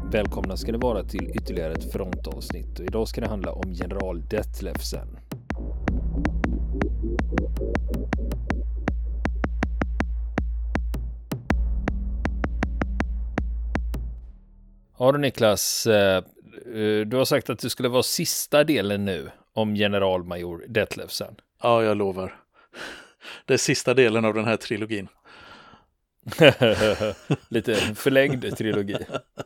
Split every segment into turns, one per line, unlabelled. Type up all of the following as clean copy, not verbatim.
Välkomna ska det vara till ytterligare ett frontavsnitt och idag ska det handla om general Detlefsen. Ja du Niklas, du har sagt att det skulle vara sista delen nu om generalmajor Detlefsen.
Ja, jag lovar. Det är sista delen av den här trilogin.
Lite förlängd trilogi.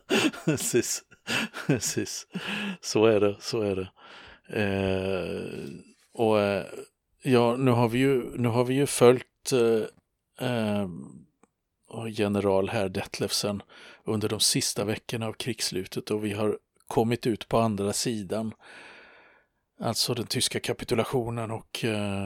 Precis. Så är det. Ja, nu har vi ju följt general herr Detlefsen under de sista veckorna av krigsslutet och vi har kommit ut på andra sidan. Alltså den tyska kapitulationen och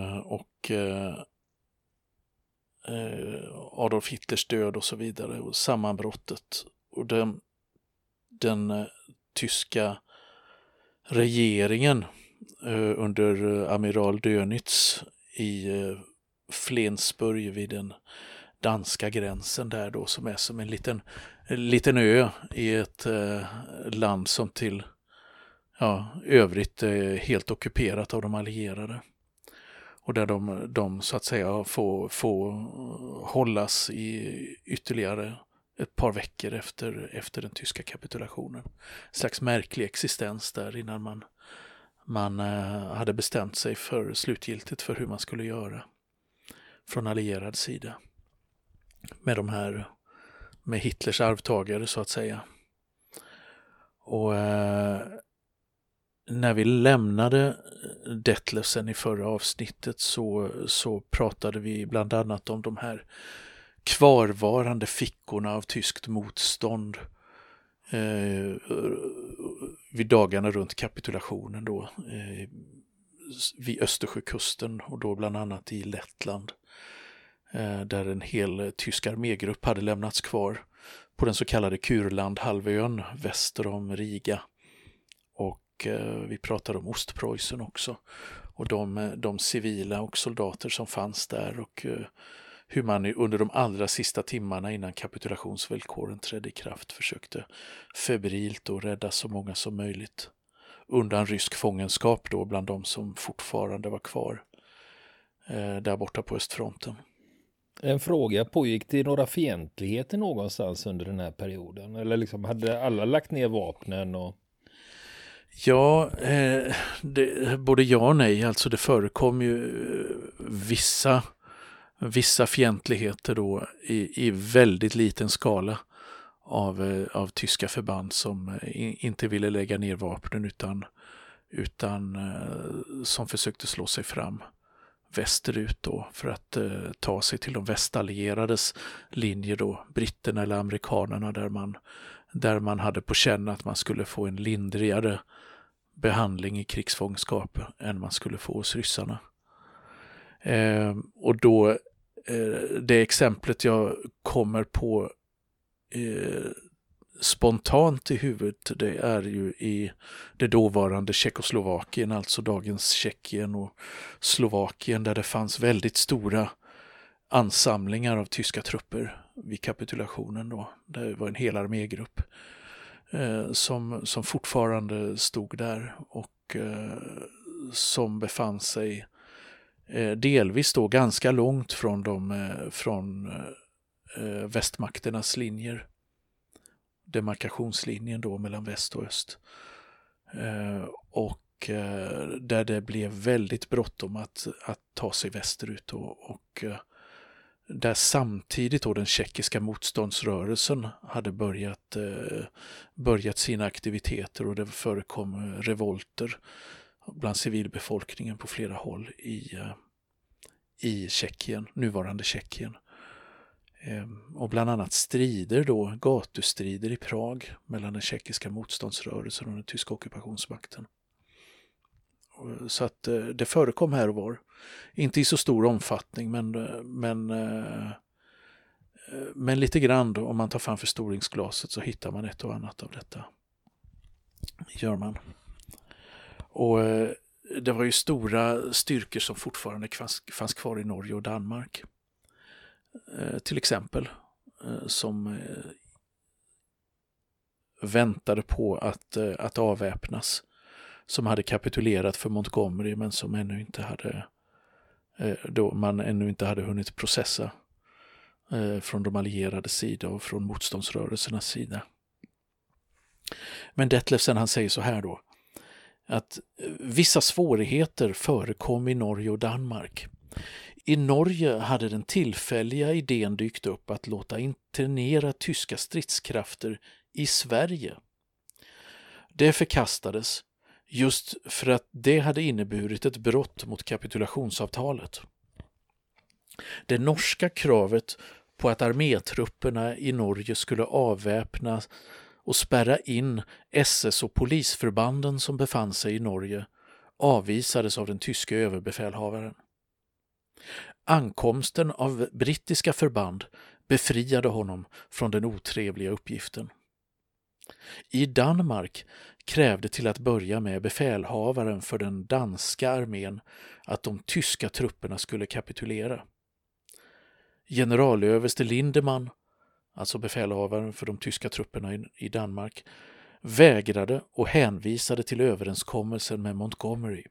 Adolf Hitlers död och så vidare och sammanbrottet. Och den tyska regeringen under amiral Dönitz i Flensburg vid den danska gränsen där då, som är som en liten ö i ett land som till övrigt är helt ockuperat av de allierade. Och där de så att säga får hållas i ytterligare ett par veckor efter den tyska kapitulationen. En slags märklig existens där innan man hade bestämt sig för slutgiltigt för hur man skulle göra från allierad sida. Med Hitlers arvtagare så att säga. Och när vi lämnade Detlefsen i förra avsnittet så pratade vi bland annat om de här kvarvarande fickorna av tyskt motstånd vid dagarna runt kapitulationen då vid Östersjökusten och då bland annat i Lettland där en hel tysk armégrupp hade lämnats kvar på den så kallade Kurlandhalvön väster om Riga. Och vi pratade om Ostpreussen också och de civila och soldater som fanns där och hur man under de allra sista timmarna innan kapitulationsvillkoren trädde i kraft försökte febrilt och rädda så många som möjligt undan rysk fångenskap då bland de som fortfarande var kvar där borta på östfronten.
En fråga, pågick det några fientligheter någonstans under den här perioden? Eller liksom hade alla lagt ner vapnen och...
Ja, både ja och nej. Alltså det förekom ju vissa fientligheter då i väldigt liten skala av tyska förband som inte ville lägga ner vapnen utan som försökte slå sig fram västerut då för att ta sig till de västallierades linjer då, britterna eller amerikanerna där man hade på känn att man skulle få en lindrigare behandling i krigsfångskap än man skulle få hos ryssarna. Och då det exemplet jag kommer på spontant i huvudet, det är ju i det dåvarande Tjeckoslovakien, alltså dagens Tjeckien och Slovakien, där det fanns väldigt stora ansamlingar av tyska trupper vid kapitulationen då. Det var en hel armégrupp som fortfarande stod där och som befann sig delvis då ganska långt från västmakternas linjer. Demarkationslinjen då mellan väst och öst. Och där det blev väldigt bråttom att ta sig västerut och där samtidigt då den tjeckiska motståndsrörelsen hade börjat sina aktiviteter och det förekom revolter bland civilbefolkningen på flera håll i Tjeckien, nuvarande Tjeckien. Och bland annat strider då, gatustrider i Prag mellan den tjeckiska motståndsrörelsen och den tyska ockupationsmakten. Så att det förekom här och var. Inte i så stor omfattning men lite grann då, om man tar fram förstoringsglaset så hittar man ett och annat av detta. Gör man. Och det var ju stora styrkor som fortfarande fanns kvar i Norge och Danmark. Till exempel som väntade på att avväpnas, som hade kapitulerat för Montgomery men som man ännu inte hade hunnit processa från de allierades sida och från motståndsrörelsernas sida. Men Detlefsen, han säger så här då, att vissa svårigheter förekom i Norge och Danmark. I Norge hade den tillfälliga idén dykt upp att låta internera tyska stridskrafter i Sverige. Det förkastades just för att det hade inneburit ett brott mot kapitulationsavtalet. Det norska kravet på att armétrupperna i Norge skulle avväpnas och spärra in SS- och polisförbanden som befann sig i Norge avvisades av den tyska överbefälhavaren. Ankomsten av brittiska förband befriade honom från den otrevliga uppgiften. I Danmark krävde till att börja med befälhavaren för den danska armén att de tyska trupperna skulle kapitulera. Generalöverste Lindemann, alltså befälhavaren för de tyska trupperna i Danmark, vägrade och hänvisade till överenskommelsen med Montgomery.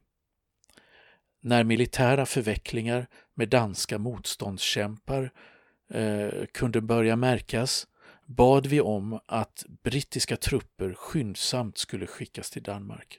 När militära förvecklingar med danska motståndskämpar kunde börja märkas bad vi om att brittiska trupper skyndsamt skulle skickas till Danmark.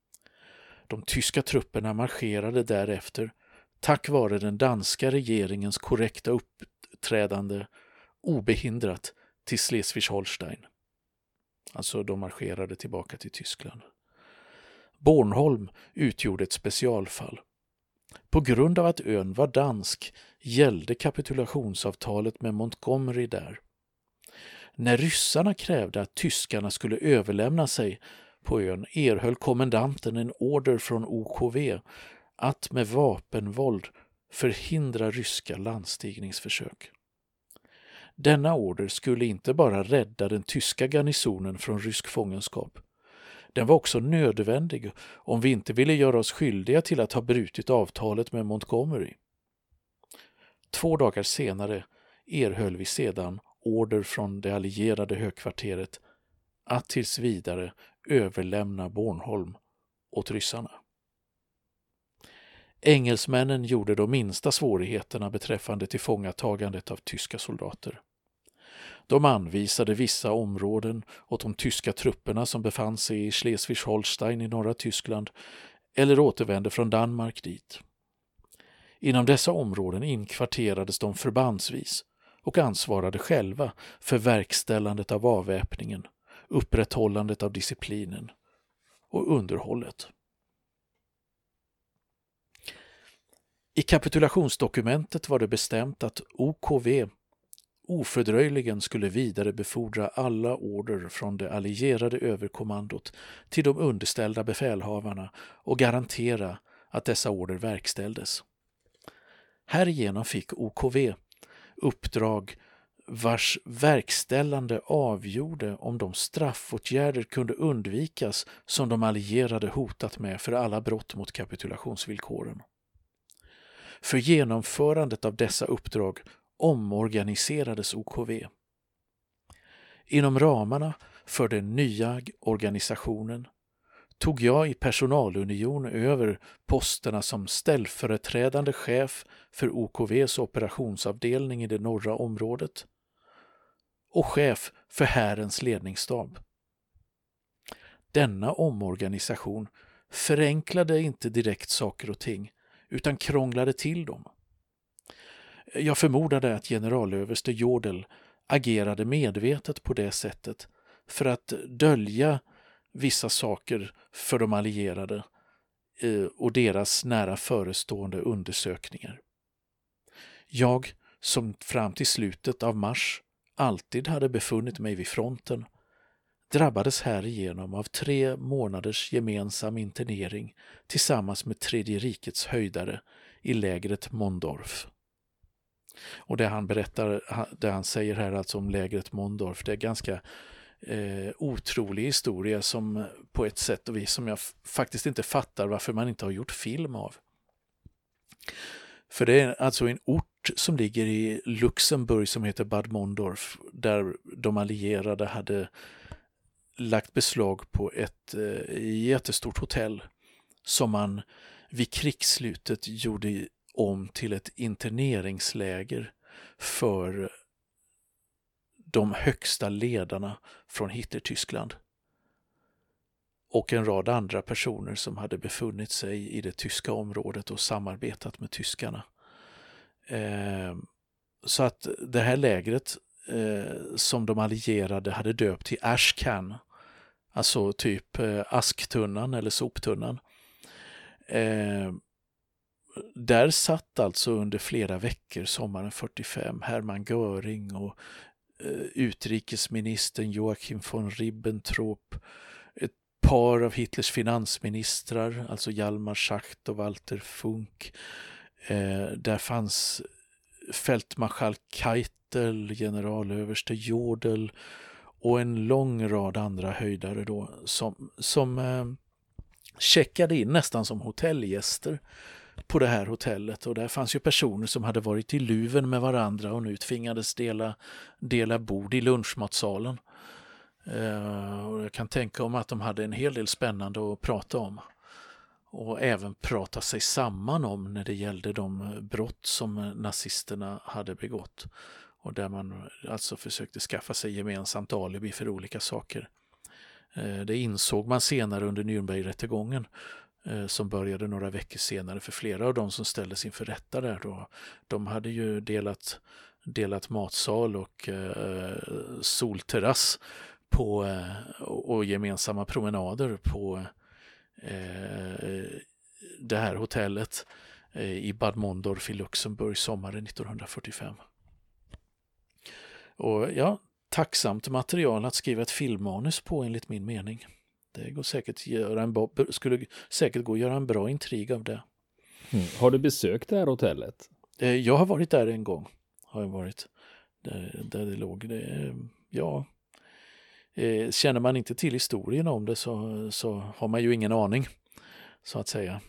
De tyska trupperna marscherade därefter, tack vare den danska regeringens korrekta uppträdande, obehindrat till Schleswig-Holstein. Alltså de marscherade tillbaka till Tyskland. Bornholm utgjorde ett specialfall. På grund av att ön var dansk gällde kapitulationsavtalet med Montgomery där. När ryssarna krävde att tyskarna skulle överlämna sig på ön erhöll kommendanten en order från OKV att med vapenvåld förhindra ryska landstigningsförsök. Denna order skulle inte bara rädda den tyska garnisonen från rysk fångenskap. Den var också nödvändig om vi inte ville göra oss skyldiga till att ha brutit avtalet med Montgomery. 2 dagar senare erhöll vi sedan order från det allierade högkvarteret att tills vidare överlämna Bornholm åt ryssarna. Engelsmännen gjorde de minsta svårigheterna beträffande tillfångatagandet av tyska soldater. De anvisade vissa områden åt de tyska trupperna som befann sig i Schleswig-Holstein i norra Tyskland eller återvände från Danmark dit. Inom dessa områden inkvarterades de förbandsvis och ansvarade själva för verkställandet av avväpningen, upprätthållandet av disciplinen och underhållet. I kapitulationsdokumentet var det bestämt att OKV ofördröjligen skulle vidarebefordra alla order från det allierade överkommandot till de underställda befälhavarna och garantera att dessa order verkställdes. Härigenom fick OKV uppdrag vars verkställande avgjorde om de straffåtgärder kunde undvikas som de allierade hotat med för alla brott mot kapitulationsvillkoren. För genomförandet av dessa uppdrag omorganiserades OKV. Inom ramarna för den nya organisationen tog jag i personalunion över posterna som ställföreträdande chef för OKVs operationsavdelning i det norra området och chef för härens ledningsstab. Denna omorganisation förenklade inte direkt saker och ting utan krånglade till dem. Jag förmodade att generalöverste Jordel agerade medvetet på det sättet för att dölja vissa saker för de allierade och deras nära förestående undersökningar. Jag, som fram till slutet av mars alltid hade befunnit mig vid fronten, drabbades härigenom av 3 månaders gemensam internering tillsammans med Tredje rikets höjdare i lägret Mondorf. Och det han berättar, det han säger här alltså om lägret Mondorf, det är ganska otrolig historia som på ett sätt och vis som jag faktiskt inte fattar varför man inte har gjort film av. För det är alltså en ort som ligger i Luxemburg som heter Bad Mondorf, där de allierade hade lagt beslag på ett jättestort hotell som man vid krigsslutet gjorde om till ett interneringsläger för de högsta ledarna från Hitler-Tyskland och en rad andra personer som hade befunnit sig i det tyska området och samarbetat med tyskarna. Så att det här lägret som de allierade hade döpt till Ashcan, alltså typ asktunnan eller soptunnan, där satt alltså under flera veckor sommaren 45 Hermann Göring och utrikesministern Joachim von Ribbentrop, ett par av Hitlers finansministrar, alltså Hjalmar Schacht och Walter Funk. Där fanns fältmarskalk Keitel, generalöverste Jodl och en lång rad andra höjdare då som checkade in nästan som hotellgäster på det här hotellet. Och där fanns ju personer som hade varit i luven med varandra och nu tvingades dela bord i lunchmatsalen. Och jag kan tänka om att de hade en hel del spännande att prata om. Och även prata sig samman om när det gällde de brott som nazisterna hade begått. Och där man alltså försökte skaffa sig gemensamt alibi för olika saker. Det insåg man senare under Nürnbergrättegången som började några veckor senare, för flera av de som ställdes inför rätta där då. De hade ju delat matsal och solterrass och gemensamma promenader på det här hotellet i Bad Mondorf i Luxemburg sommaren 1945. Och ja, tacksamt material att skriva ett filmmanus på enligt min mening. Det går skulle säkert gå att göra en bra intrig av det.
Har du besökt det här hotellet?
Jag har varit där en gång. Har jag varit där det låg. Känner man inte till historien om det så har man ju ingen aning, så att säga.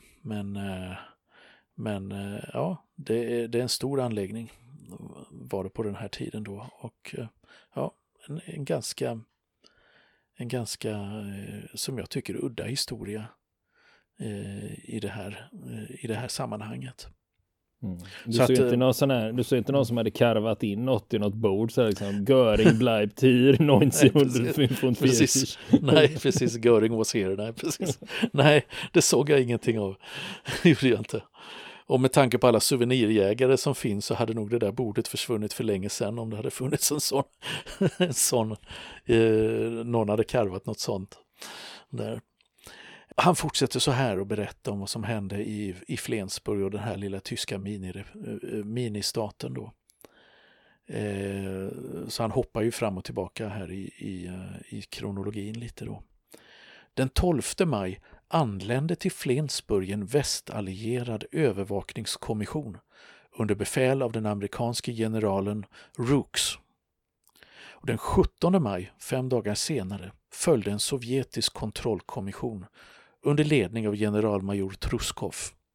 Men ja, det är en stor anläggning var det på den här tiden då. Och ja, en ganska som jag tycker udda historia i det här sammanhanget.
Du såg inte någon som hade karvat in något i något bord så liksom Göring bleibt hier 1945.
Nej, precis. Göring was here. Nej, precis. Nej, det såg jag ingenting av. Det gjorde jag inte. Och med tanke på alla souvenirjägare som finns så hade nog det där bordet försvunnit för länge sedan om det hade funnits en sån någon hade karvat något sånt där. Han fortsätter så här och berätta om vad som hände i Flensburg och den här lilla tyska ministaten då. Så han hoppar ju fram och tillbaka här i kronologin lite då. Den 12 maj anlände till Flensburg en västallierad övervakningskommission under befäl av den amerikanske generalen Rooks. Och den 17 maj, 5 dagar senare, följde en sovjetisk kontrollkommission under ledning av generalmajor Truskov.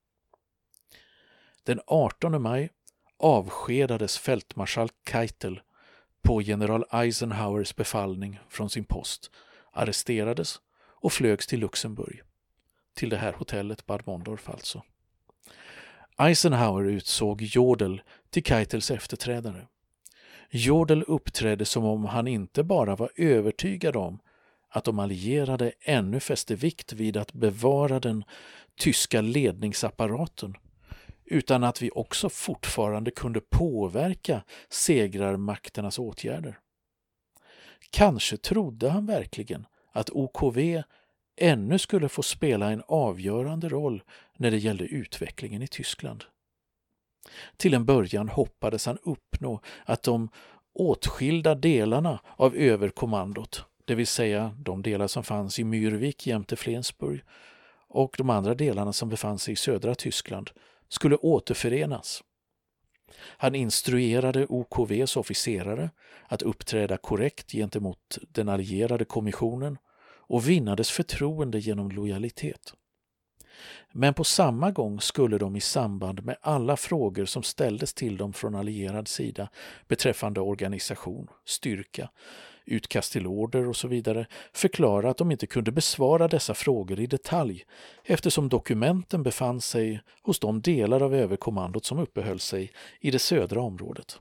Den 18 maj avskedades fältmarskalk Keitel på general Eisenhowers befallning från sin post, arresterades och flögs till Luxemburg, till det här hotellet Bad Mondorf alltså. Eisenhower utsåg Jodl till Keitels efterträdare. Jodl uppträdde som om han inte bara var övertygad om att de allierade ännu fäste vikt vid att bevara den tyska ledningsapparaten, utan att vi också fortfarande kunde påverka segrarmakternas åtgärder. Kanske trodde han verkligen att OKV ännu skulle få spela en avgörande roll när det gällde utvecklingen i Tyskland. Till en början hoppades han uppnå att de åtskilda delarna av överkommandot, det vill säga de delar som fanns i Mürwik jämte Flensburg och de andra delarna som befann sig i södra Tyskland, skulle återförenas. Han instruerade OKVs officerare att uppträda korrekt gentemot den allierade kommissionen och vinna dess förtroende genom lojalitet. Men på samma gång skulle de i samband med alla frågor som ställdes till dem från allierad sida beträffande organisation, styrka, utkast till order och så vidare, förklara att de inte kunde besvara dessa frågor i detalj eftersom dokumenten befann sig hos de delar av överkommandot som uppehöll sig i det södra området.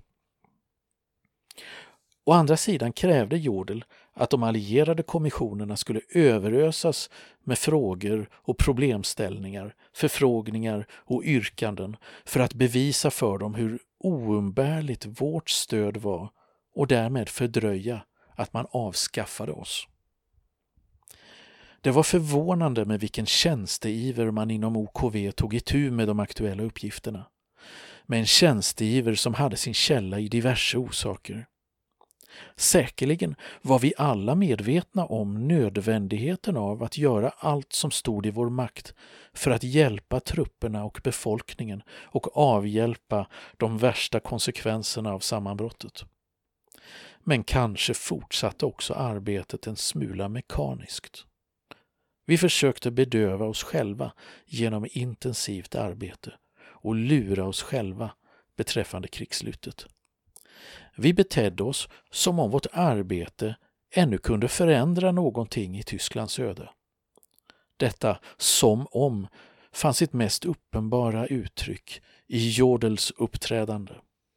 Å andra sidan krävde Jodl att de allierade kommissionerna skulle överösas med frågor och problemställningar, förfrågningar och yrkanden för att bevisa för dem hur oumbärligt vårt stöd var och därmed fördröja att man avskaffade oss. Det var förvånande med vilken tjänsteiver man inom OKV tog itu med de aktuella uppgifterna. Med en tjänsteiver som hade sin källa i diverse orsaker. Säkerligen var vi alla medvetna om nödvändigheten av att göra allt som stod i vår makt för att hjälpa trupperna och befolkningen och avhjälpa de värsta konsekvenserna av sammanbrottet. Men kanske fortsatte också arbetet en smula mekaniskt. Vi försökte bedöva oss själva genom intensivt arbete och lura oss själva beträffande krigsslutet. Vi betedde oss som om vårt arbete ännu kunde förändra någonting i Tysklands öde. Detta som om fanns sitt mest uppenbara uttryck i Jodls uppträdande.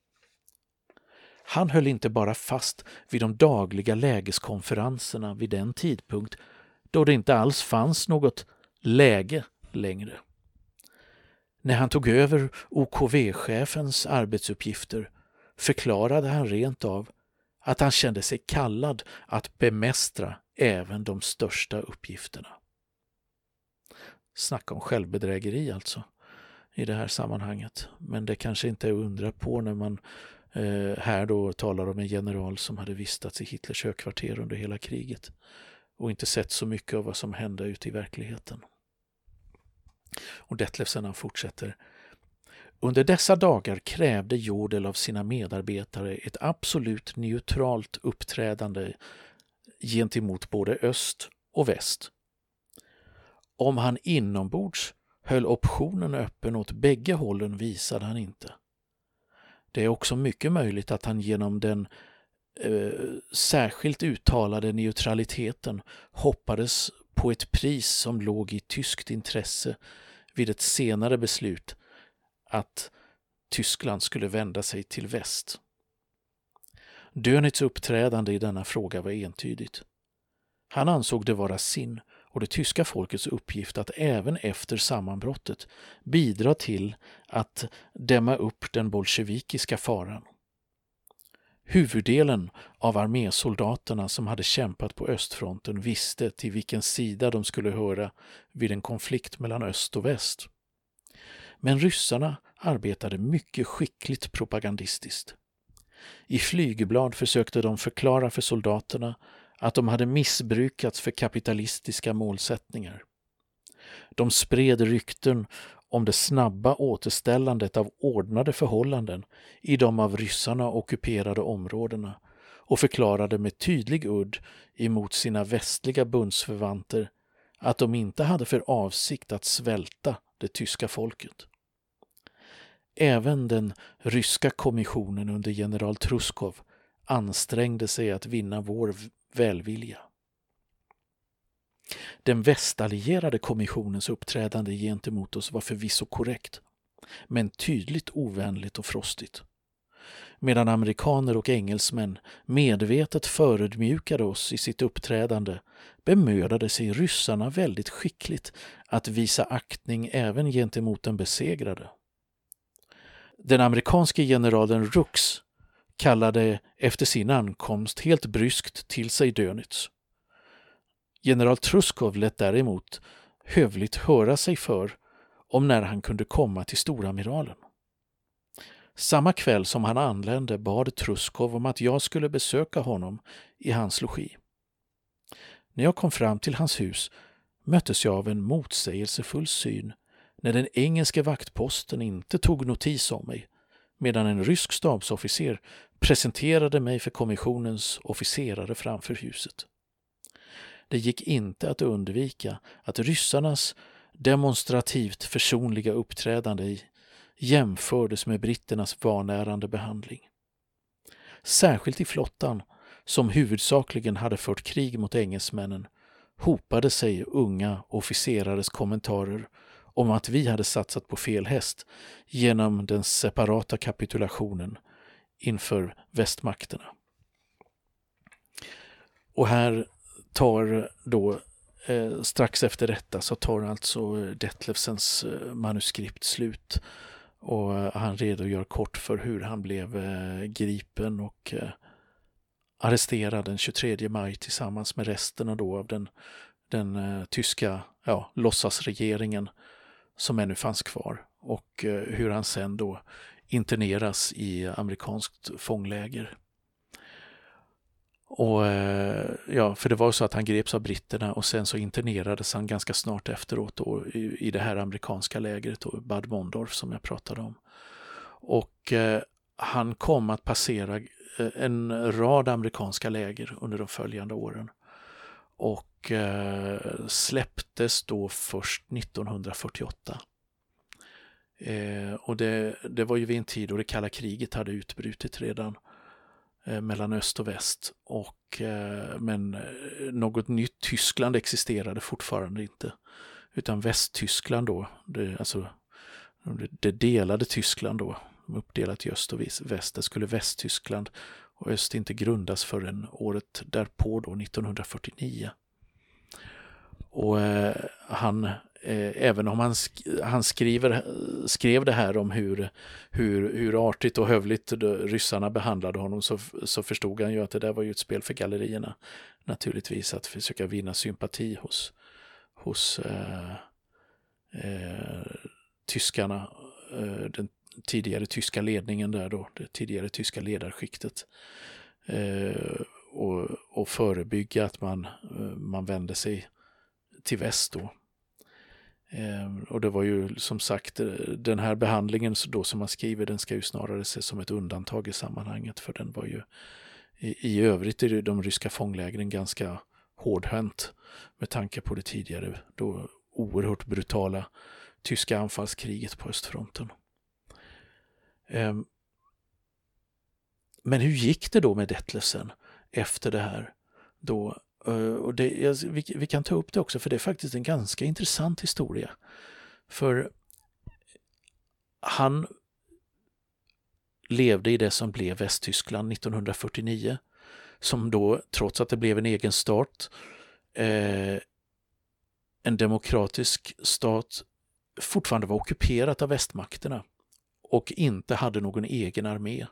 Han höll inte bara fast vid de dagliga lägeskonferenserna vid den tidpunkt då det inte alls fanns något läge längre. När han tog över OKV-chefens arbetsuppgifter förklarade han rent av att han kände sig kallad att bemästra även de största uppgifterna. Snacka om självbedrägeri alltså i det här sammanhanget. Men det kanske inte är att undra på när man här då talar om en general som hade vistats i Hitlers högkvarter under hela kriget och inte sett så mycket av vad som hände ute i verkligheten. Och Detlefsen fortsätter. Under dessa dagar krävde Jodl av sina medarbetare ett absolut neutralt uppträdande gentemot både öst och väst. Om han inombords höll optionen öppen åt bägge hållen visade han inte. Det är också mycket möjligt att han genom den särskilt uttalade neutraliteten hoppades på ett pris som låg i tyskt intresse vid ett senare beslut att Tyskland skulle vända sig till väst. Dönitz uppträdande i denna fråga var entydigt. Han ansåg det vara sin och det tyska folkets uppgift att även efter sammanbrottet bidra till att dämma upp den bolsjevikiska faran. Huvuddelen av armésoldaterna som hade kämpat på östfronten visste till vilken sida de skulle höra vid en konflikt mellan öst och väst. Men ryssarna arbetade mycket skickligt propagandistiskt. I flygblad försökte de förklara för soldaterna att de hade missbrukats för kapitalistiska målsättningar. De spred rykten om det snabba återställandet av ordnade förhållanden i de av ryssarna ockuperade områdena och förklarade med tydlig udd emot sina västliga bundsförvanter att de inte hade för avsikt att svälta det tyska folket. Även den ryska kommissionen under general Truskov ansträngde sig att vinna vår välvilja. Den västallierade kommissionens uppträdande gentemot oss var förvisso korrekt, men tydligt ovänligt och frostigt. Medan amerikaner och engelsmän medvetet förödmjukade oss i sitt uppträdande bemödade sig ryssarna väldigt skickligt att visa aktning även gentemot den besegrade. Den amerikanske generalen Rux kallade efter sin ankomst helt bryskt till sig Dönitz. General Truskov lät däremot hövligt höra sig för om när han kunde komma till storamiralen. Samma kväll som han anlände bad Truskov om att jag skulle besöka honom i hans logi. När jag kom fram till hans hus möttes jag av en motsägelsefull syn när den engelska vaktposten inte tog notis om mig, medan en rysk stabsofficer presenterade mig för kommissionens officerare framför huset. Det gick inte att undvika att ryssarnas demonstrativt försonliga uppträdande jämfördes med britternas vanärande behandling. Särskilt i flottan som huvudsakligen hade fört krig mot engelsmännen, hopade sig unga officerares kommentarer om att vi hade satsat på fel häst genom den separata kapitulationen inför västmakterna. Och här tar då strax efter detta så tar alltså Detlefsens manuskript slut, och han redogör kort för hur han blev gripen och arresterad den 23 maj tillsammans med resten då av den tyska låtsasregeringen som ännu fanns kvar, och hur han sen då interneras i amerikanskt fångläger. Och för det var så att han greps av britterna och sen så internerades han ganska snart efteråt då i det här amerikanska lägret då, Bad Mondorf som jag pratade om. Och han kom att passera en rad amerikanska läger under de följande åren och släpptes då först 1948. Och det var ju vid en tid då det kalla kriget hade utbrutit redan mellan öst och väst, men något nytt Tyskland existerade fortfarande inte, utan Västtyskland då, det delade Tyskland då, uppdelat i öst och väst, det skulle Västtyskland och öst inte grundas förrän året därpå då, 1949. Och även om han skrev det här om hur artigt och hövligt ryssarna behandlade honom, så förstod han ju att det där var ju ett spel för gallerierna, naturligtvis, att försöka vinna sympati hos tyskarna, den tidigare tyska ledningen där då, det tidigare tyska ledarskiktet, och förebygga att man vände sig till väst då. Och det var ju som sagt den här behandlingen då som man skriver, den ska ju snarare ses som ett undantag i sammanhanget, för den var ju i övrigt i de ryska fånglägren ganska hårdhänt med tanke på det tidigare då oerhört brutala tyska anfallskriget på östfronten. Men hur gick det då med Detlefsen efter det här då? Och vi kan ta upp det också, för det är faktiskt en ganska intressant historia. För han levde i det som blev Västtyskland 1949, som då, trots att det blev en egen stat, en demokratisk stat, fortfarande var ockuperat av västmakterna och inte hade någon egen armé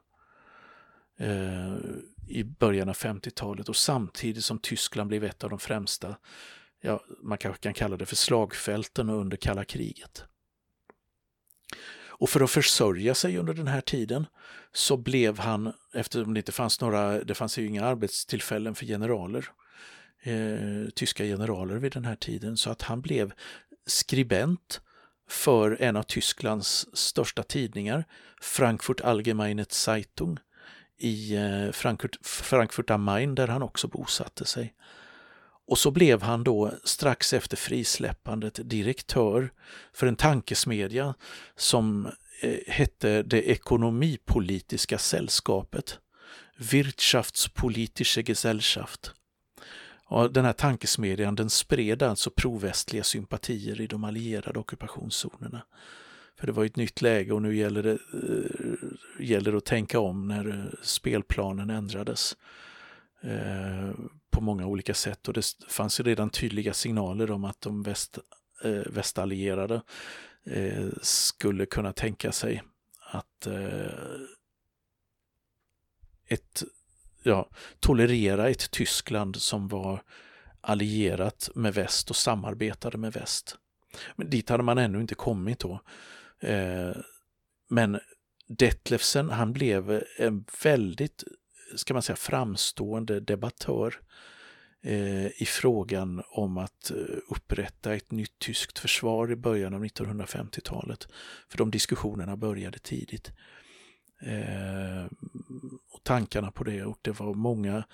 i början av 50-talet, och samtidigt som Tyskland blev ett av de främsta, man kanske kan kalla det för slagfälten under kalla kriget. Och för att försörja sig under den här tiden så blev han, eftersom det fanns ju inga arbetstillfällen för generaler, tyska generaler vid den här tiden, så att han blev skribent för en av Tysklands största tidningar, Frankfurt Allgemeine Zeitung, i Frankfurt am Main, där han också bosatte sig. Och så blev han då strax efter frisläppandet direktör för en tankesmedja som hette det ekonomipolitiska sällskapet, Wirtschaftspolitische Gesellschaft. Och den här tankesmedjan, den spred alltså provästliga sympatier i de allierade ockupationszonerna. För det var ett nytt läge och nu gäller det att tänka om när spelplanen ändrades på många olika sätt. Och det fanns ju redan tydliga signaler om att de västallierade skulle kunna tänka sig att tolerera ett Tyskland som var allierat med väst och samarbetade med väst. Men dit hade man ännu inte kommit då. Men Detlefsen, han blev en väldigt, ska man säga, framstående debattör i frågan om att upprätta ett nytt tyskt försvar i början av 1950-talet. För de diskussionerna började tidigt. Och tankarna på det, och det var många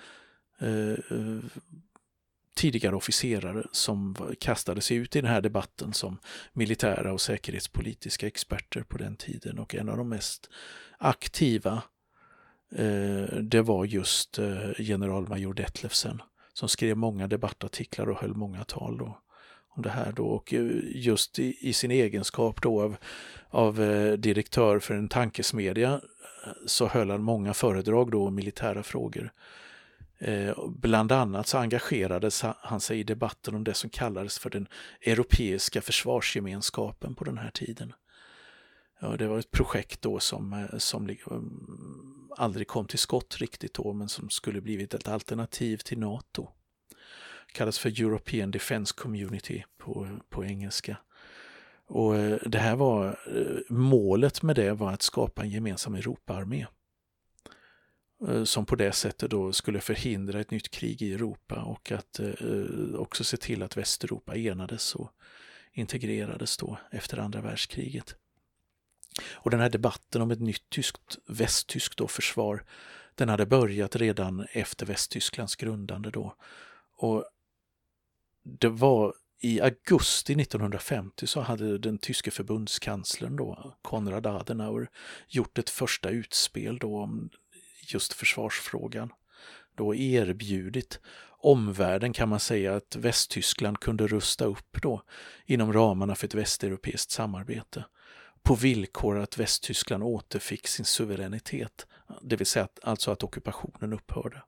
tidigare officerare som kastade sig ut i den här debatten som militära och säkerhetspolitiska experter på den tiden, och en av de mest aktiva det var just generalmajor Detlefsen som skrev många debattartiklar och höll många tal då om det här då, och just i sin egenskap då av direktör för en tankesmedja så höll han många föredrag då om militära frågor. Bland annat så engagerades han sig i debatten om det som kallades för den europeiska försvarsgemenskapen på den här tiden. Ja, det var ett projekt då som aldrig kom till skott riktigt då, men som skulle blivit ett alternativ till NATO. Det kallas för European Defence Community på engelska. Och det här var målet med det var att skapa en gemensam Europaarmé som på det sättet då skulle förhindra ett nytt krig i Europa och att också se till att Västeuropa enades och integrerades då efter andra världskriget. Och den här debatten om ett nytt västtyskt då försvar, den hade börjat redan efter Västtysklands grundande då. Och det var i augusti 1950 så hade den tyske förbundskanslern då, Konrad Adenauer, gjort ett första utspel då om just försvarsfrågan. Då erbjudit omvärlden, kan man säga, att Västtyskland kunde rusta upp då inom ramarna för ett västeuropeiskt samarbete på villkor att Västtyskland återfick sin suveränitet, det vill säga att ockupationen upphörde.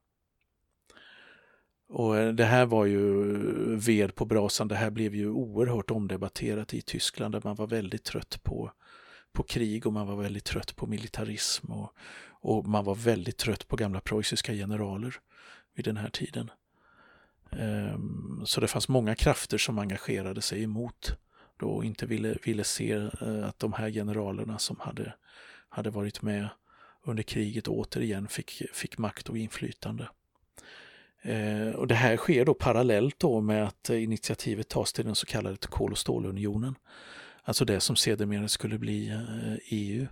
Och det här var ju ved på brasan. Det här blev ju oerhört omdebatterat i Tyskland, där man var väldigt trött på krig och man var väldigt trött på militarism och man var väldigt trött på gamla preussiska generaler vid den här tiden. Så det fanns många krafter som engagerade sig emot då och inte ville se att de här generalerna som hade varit med under kriget återigen fick makt och inflytande. Och det här sker då parallellt då med att initiativet tas till den så kallade kol- och stålunionen. Alltså det som sedermera skulle bli EU.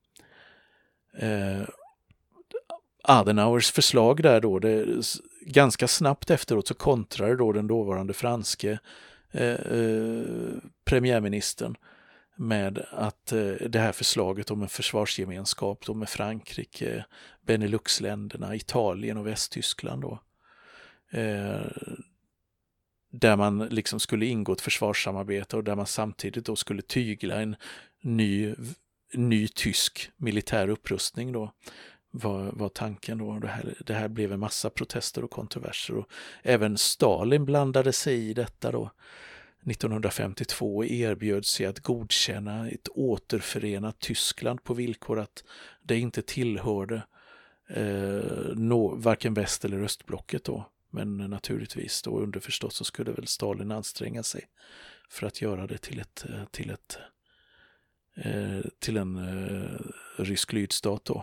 Adenauers förslag där då, ganska snabbt efteråt så kontrade då den dåvarande franske premiärministern med att det här förslaget om en försvarsgemenskap då med Frankrike, Beneluxländerna, Italien och Västtyskland då, där man liksom skulle ingå ett försvarssamarbete och där man samtidigt då skulle tygla en ny tysk militär upprustning då, var tanken då. Det här blev en massa protester och kontroverser och även Stalin blandade sig i detta då. 1952 erbjöd sig att godkänna ett återförenat Tyskland på villkor att det inte tillhörde varken väst- eller östblocket då. Men naturligtvis då underförstått så skulle väl Stalin anstränga sig för att göra det till en rysk lydstat då.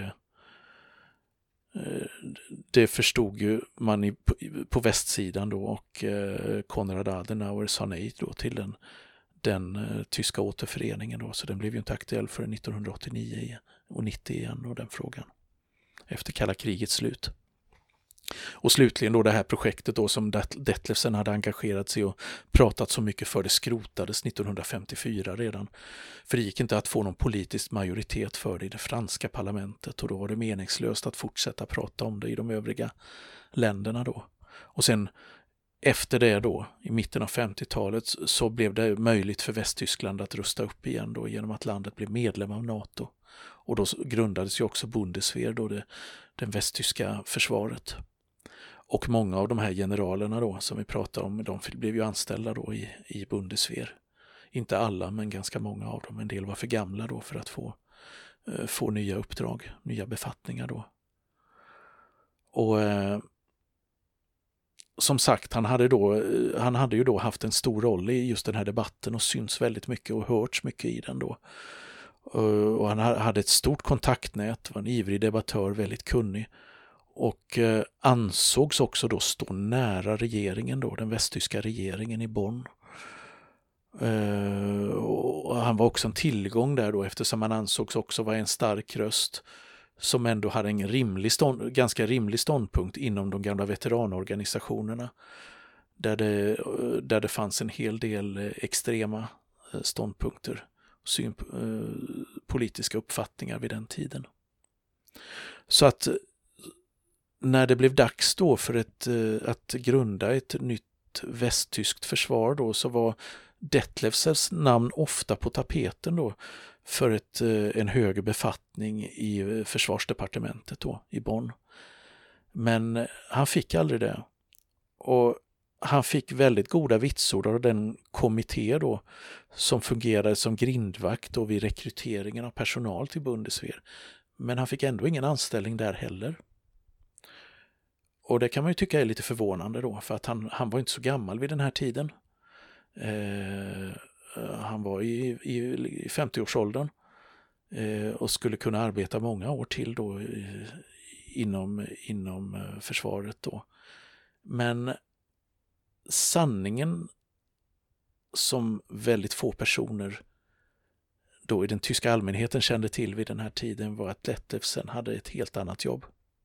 Det förstod ju man på västsidan då och Konrad Adenauer sa nej då till den tyska återföreningen då, så den blev ju inte aktuell förrän 1989 och 90 igen och den frågan efter kalla krigets slut. Och slutligen då det här projektet då som Detlefsen hade engagerat sig och pratat så mycket för, det skrotades 1954 redan. För det gick inte att få någon politisk majoritet för det i det franska parlamentet och då var det meningslöst att fortsätta prata om det i de övriga länderna då. Och sen efter det då, i mitten av 50-talet, så blev det möjligt för Västtyskland att rusta upp igen då genom att landet blev medlem av NATO. Och då grundades ju också Bundeswehr då, den västtyska försvaret. Och många av de här generalerna då som vi pratar om, de blev ju anställda då i Bundeswehr. Inte alla, men ganska många av dem. En del var för gamla då för att få nya uppdrag, nya befattningar då. Och som sagt, han hade ju då haft en stor roll i just den här debatten och syns väldigt mycket och hörts mycket i den då. Och han hade ett stort kontaktnät, var en ivrig debattör, väldigt kunnig. Och ansågs också då stå nära regeringen då, den västtyska regeringen i Bonn. Och han var också en tillgång där då eftersom han ansågs också vara en stark röst som ändå hade en ganska rimlig ståndpunkt inom de gamla veteranorganisationerna där det fanns en hel del extrema ståndpunkter, politiska uppfattningar vid den tiden. Så att när det blev dags då för att grunda ett nytt västtyskt försvar då, så var Detlefsens namn ofta på tapeten då för en högre befattning i försvarsdepartementet då, i Bonn. Men han fick aldrig det. Och han fick väldigt goda vitsord av den kommitté då som fungerade som grindvakt då vid rekryteringen av personal till Bundeswehr. Men han fick ändå ingen anställning där heller. Och det kan man ju tycka är lite förvånande då, för att han var inte så gammal vid den här tiden. Han var i 50-årsåldern och skulle kunna arbeta många år till då inom försvaret då. Men sanningen som väldigt få personer då i den tyska allmänheten kände till vid den här tiden var att Detlefsen hade ett helt annat jobb.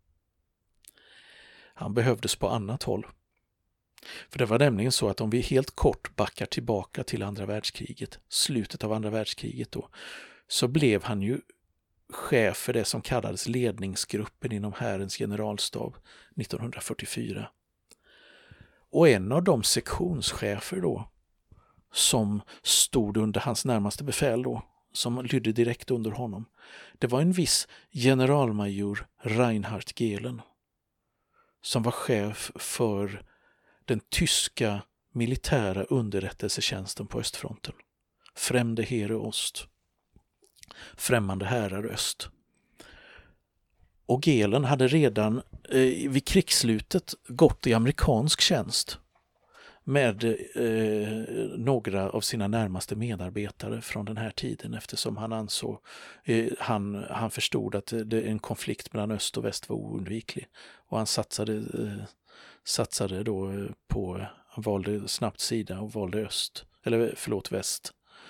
Han behövdes på annat håll. För det var nämligen så att om vi helt kort backar tillbaka till andra världskriget, slutet av andra världskriget då, så blev han ju chef för det som kallades ledningsgruppen inom härens generalstab 1944. Och en av de sektionschefer då som stod under hans närmaste befäl då, som lydde direkt under honom, det var en viss generalmajor Reinhard Gehlen som var chef för den tyska militära underrättelsetjänsten på östfronten. Fremde Heere Ost. Främmande härar öst. Och Gehlen hade redan vid krigsslutet gått i amerikansk tjänst med några av sina närmaste medarbetare från den här tiden, eftersom han ansåg han förstod att en konflikt mellan öst och väst var oundviklig, och han satsade då på, han valde snabbt sida och valde väst.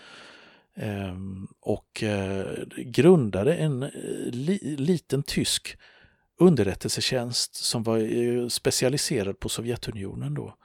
Och grundade en liten tysk underrättelsetjänst som var specialiserad på Sovjetunionen då,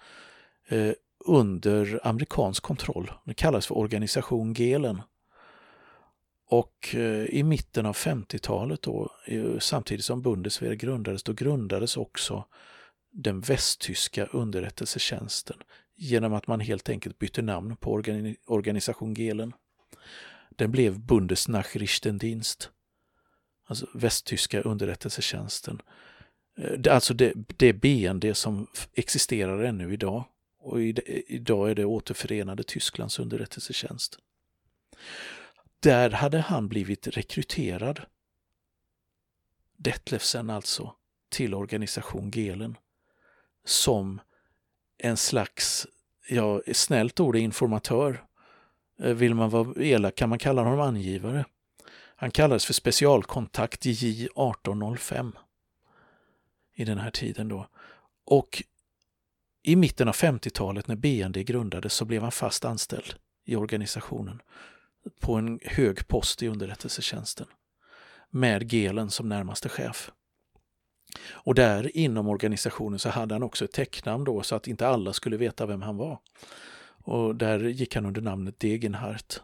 under amerikansk kontroll. Det kallas för Organisation Gehlen. Och i mitten av 50-talet då, samtidigt som Bundeswehr grundades, då grundades också den västtyska underrättelsetjänsten genom att man helt enkelt bytte namn på Organisation Gehlen. Den blev Bundesnachrichtendienst, alltså västtyska underrättelsetjänsten. Alltså det BND som existerar ännu idag, och idag är det återförenade Tysklands underrättelsetjänst. Där hade han blivit rekryterad, Detlefsen alltså, till Organisation Gehlen som en slags, snällt ord är informatör. Vill man vara elak kan man kalla honom angivare. Han kallades för specialkontakt J1805 i den här tiden då. Och i mitten av 50-talet när BND grundades så blev han fast anställd i organisationen på en hög post i underrättelsetjänsten med Gehlen som närmaste chef. Och där inom organisationen så hade han också ett täcknamn då, så att inte alla skulle veta vem han var. Och där gick han under namnet Degenhardt.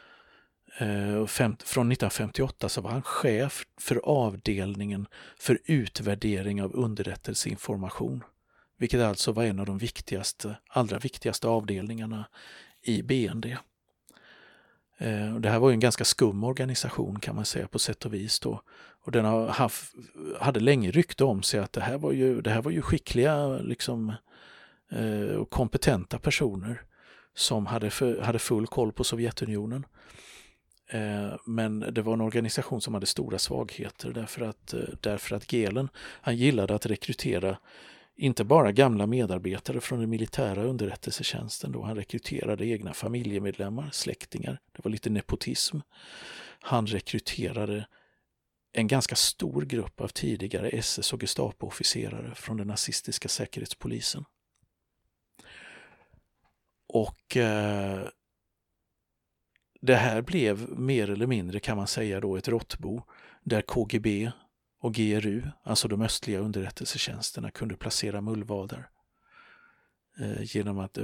Från 1958 så var han chef för avdelningen för utvärdering av underrättelseinformation, vilket alltså var en av de allra viktigaste avdelningarna i BND. Det här var ju en ganska skum organisation kan man säga på sätt och vis då. Och den hade länge rykte om sig att det här var ju skickliga och kompetenta personer som hade full koll på Sovjetunionen. Men det var en organisation som hade stora svagheter därför att Gehlen, han gillade att rekrytera inte bara gamla medarbetare från den militära underrättelsetjänsten då, han rekryterade egna familjemedlemmar, släktingar, det var lite nepotism. Han rekryterade en ganska stor grupp av tidigare SS- och Gestapo-officerare från den nazistiska säkerhetspolisen. Och det här blev mer eller mindre kan man säga då ett råttbo där KGB och GRU, alltså de östliga underrättelsetjänsterna, kunde placera mullvadar. Genom att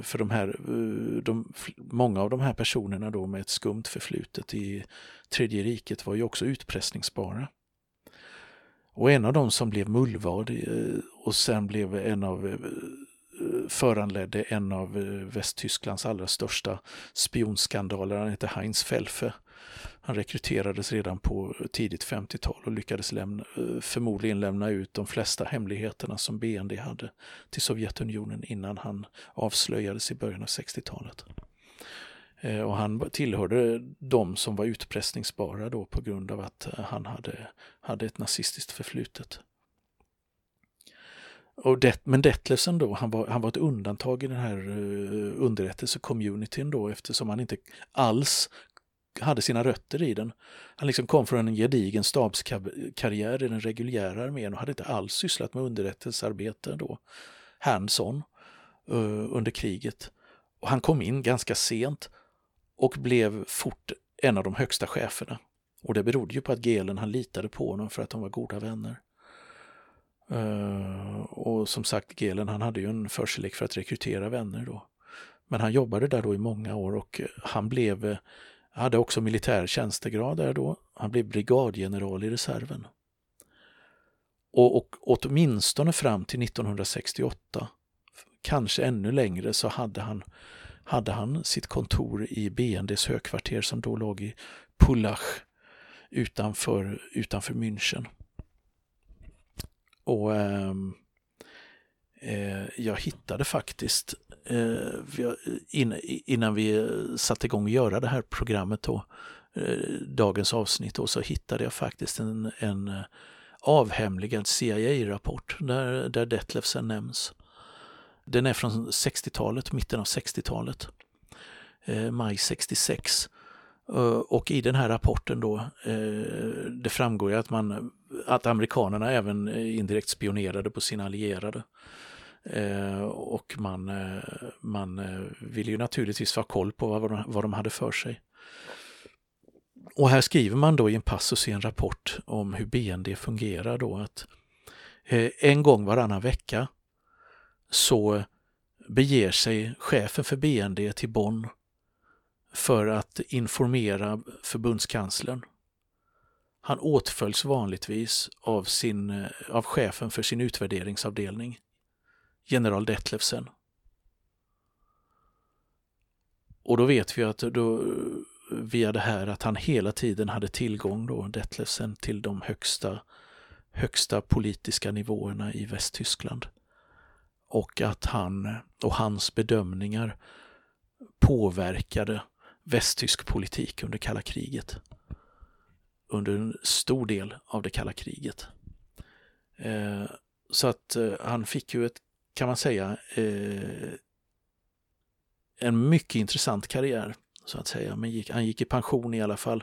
många av de här personerna då med ett skumt förflutet i Tredje riket var ju också utpressningsbara. Och en av dem som blev mullvad och sen blev föranledde en av Västtysklands allra största spionskandaler. Han heter Heinz Felfe. Han rekryterades redan på tidigt 50-tal och lyckades förmodligen lämna ut de flesta hemligheterna som BND hade till Sovjetunionen innan han avslöjades i början av 60-talet. Och han tillhörde de som var utpressningsbara då på grund av att han hade ett nazistiskt förflutet. Men Detlefsen då, han var ett undantag i den här underrättelsekommunityn då, eftersom han inte alls hade sina rötter i den. Han liksom kom från en gedigen stabskarriär i den reguljära armén och hade inte alls sysslat med underrättelsearbete då, hands-on, under kriget. Och han kom in ganska sent och blev fort en av de högsta cheferna. Och det berodde ju på att Gehlen, han litade på honom för att de var goda vänner. Och som sagt, Gehlen, han hade ju en förkärlek för att rekrytera vänner då. Men han jobbade där då i många år och han hade också militär tjänstegrad där då. Han blev brigadgeneral i reserven. Och åtminstone fram till 1968, kanske ännu längre, så hade han sitt kontor i BNDs högkvarter som då låg i Pullach utanför München. Och jag hittade faktiskt innan vi satte igång att göra det här programmet då, dagens avsnitt då, så hittade jag faktiskt en avhemligad CIA-rapport där Detlefsen nämns. Den är från 60-talet, mitten av 60-talet, maj 66. Och i den här rapporten då, det framgår ju att amerikanerna även indirekt spionerade på sina allierade. Och man ville ju naturligtvis få koll på vad de hade för sig. Och här skriver man då i en passus i en rapport om hur BND fungerar då, att en gång varannan vecka så beger sig chefen för BND till Bonn för att informera förbundskanslern. Han åtföljs vanligtvis av chefen för sin utvärderingsavdelning, general Detlefsen. Och då vet vi att via det här att han hela tiden hade tillgång då, Detlefsen, till de högsta politiska nivåerna i Västtyskland. Och att hans bedömningar påverkade västtysk politik under kalla kriget. Under en stor del av det kalla kriget. Så att han fick ju kan man säga, en mycket intressant karriär, så att säga. Men han gick i pension i alla fall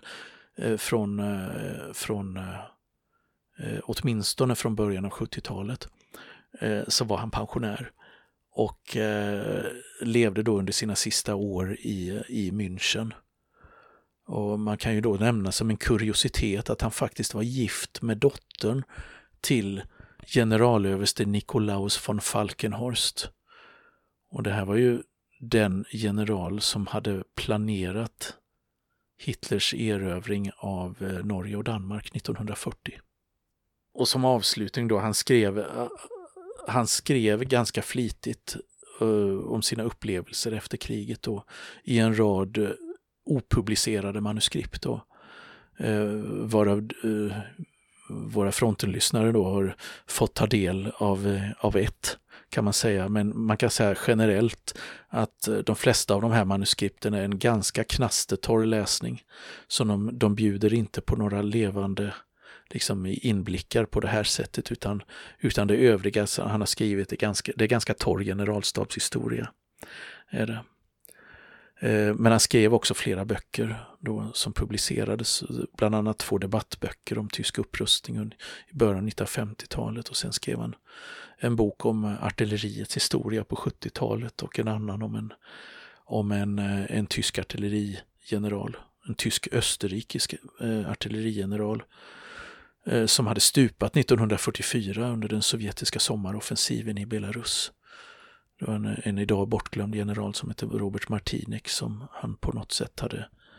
åtminstone från början av 70-talet. Så var han pensionär och levde då under sina sista år i München. Och man kan ju då nämna som en kuriositet att han faktiskt var gift med dottern till generalöverste Nikolaus von Falkenhorst. Och det här var ju den general som hade planerat Hitlers erövring av Norge och Danmark 1940. Och som avslutning då, han skrev ganska flitigt om sina upplevelser efter kriget då, i en rad opublicerade manuskript då, varav våra frontenlyssnare då har fått ta del av ett, kan man säga. Men man kan säga generellt att de flesta av de här manuskripten är en ganska knastertorr läsning, så de bjuder inte på några levande liksom inblickar på det här sättet, utan det övriga som han har skrivit det är ganska torr generalstabshistoria är det. Men han skrev också flera böcker då som publicerades, bland annat 2 debattböcker om tysk upprustning i början av 1950-talet, och sen skrev han en bok om artilleriets historia på 70-talet och en annan om en tysk artillerigeneral, en tysk-österrikisk artillerigeneral som hade stupat 1944 under den sovjetiska sommaroffensiven i Belarus. Det var en idag bortglömd general som heter Robert Martinek, som han på något sätt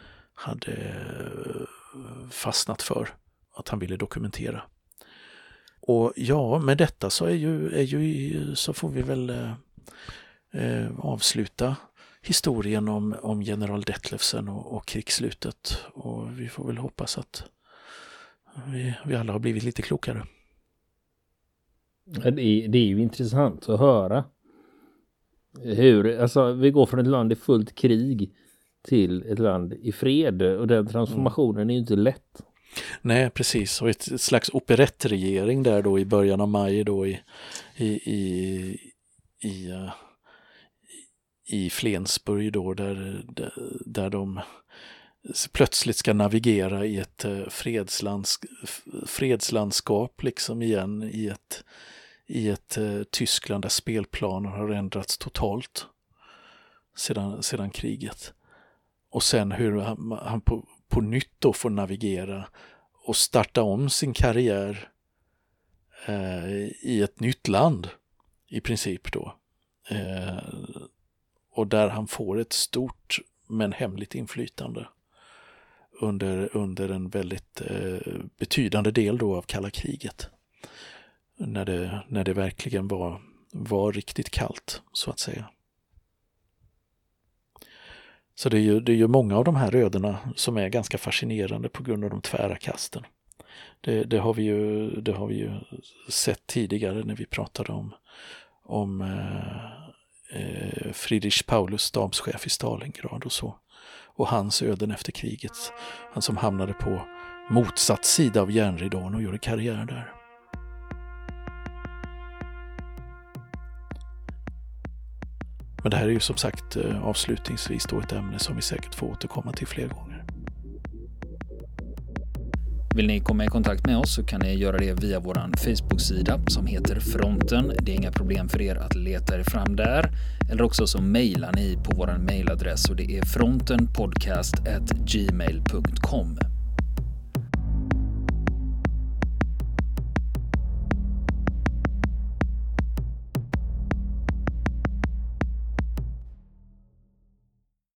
hade fastnat för att han ville dokumentera. Och ja, med detta så så får vi väl avsluta historien om general Detlefsen och krigsslutet. Och vi får väl hoppas att vi alla har blivit lite klokare.
Det är ju intressant att höra hur, alltså vi går från ett land i fullt krig till ett land i fred, och den transformationen är ju inte lätt.
Nej, precis. Och ett slags operettregering där då i början av maj då i Flensburg då, där de plötsligt ska navigera i ett fredslandskap liksom igen, i ett Tyskland där spelplanen har ändrats totalt sedan kriget. Och sen hur han på nytt då får navigera och starta om sin karriär i ett nytt land i princip då. Och där han får ett stort men hemligt inflytande under en väldigt betydande del då av kalla kriget. När det verkligen var riktigt kallt, så att säga. Så det är ju många av de här ödena som är ganska fascinerande på grund av de tvära kasten. Det har vi ju sett tidigare när vi pratade om Friedrich Paulus, stabschef i Stalingrad och så. Och hans öden efter kriget. Han som hamnade på motsatt sida av järnridån och gjorde karriär där. Men det här är ju som sagt avslutningsvis då ett ämne som vi säkert får återkomma till fler gånger.
Vill ni komma i kontakt med oss så kan ni göra det via vår Facebook-sida som heter Fronten. Det är inga problem för er att leta er fram där. Eller också så mejlar ni på vår mejladress, och det är frontenpodcast@gmail.com.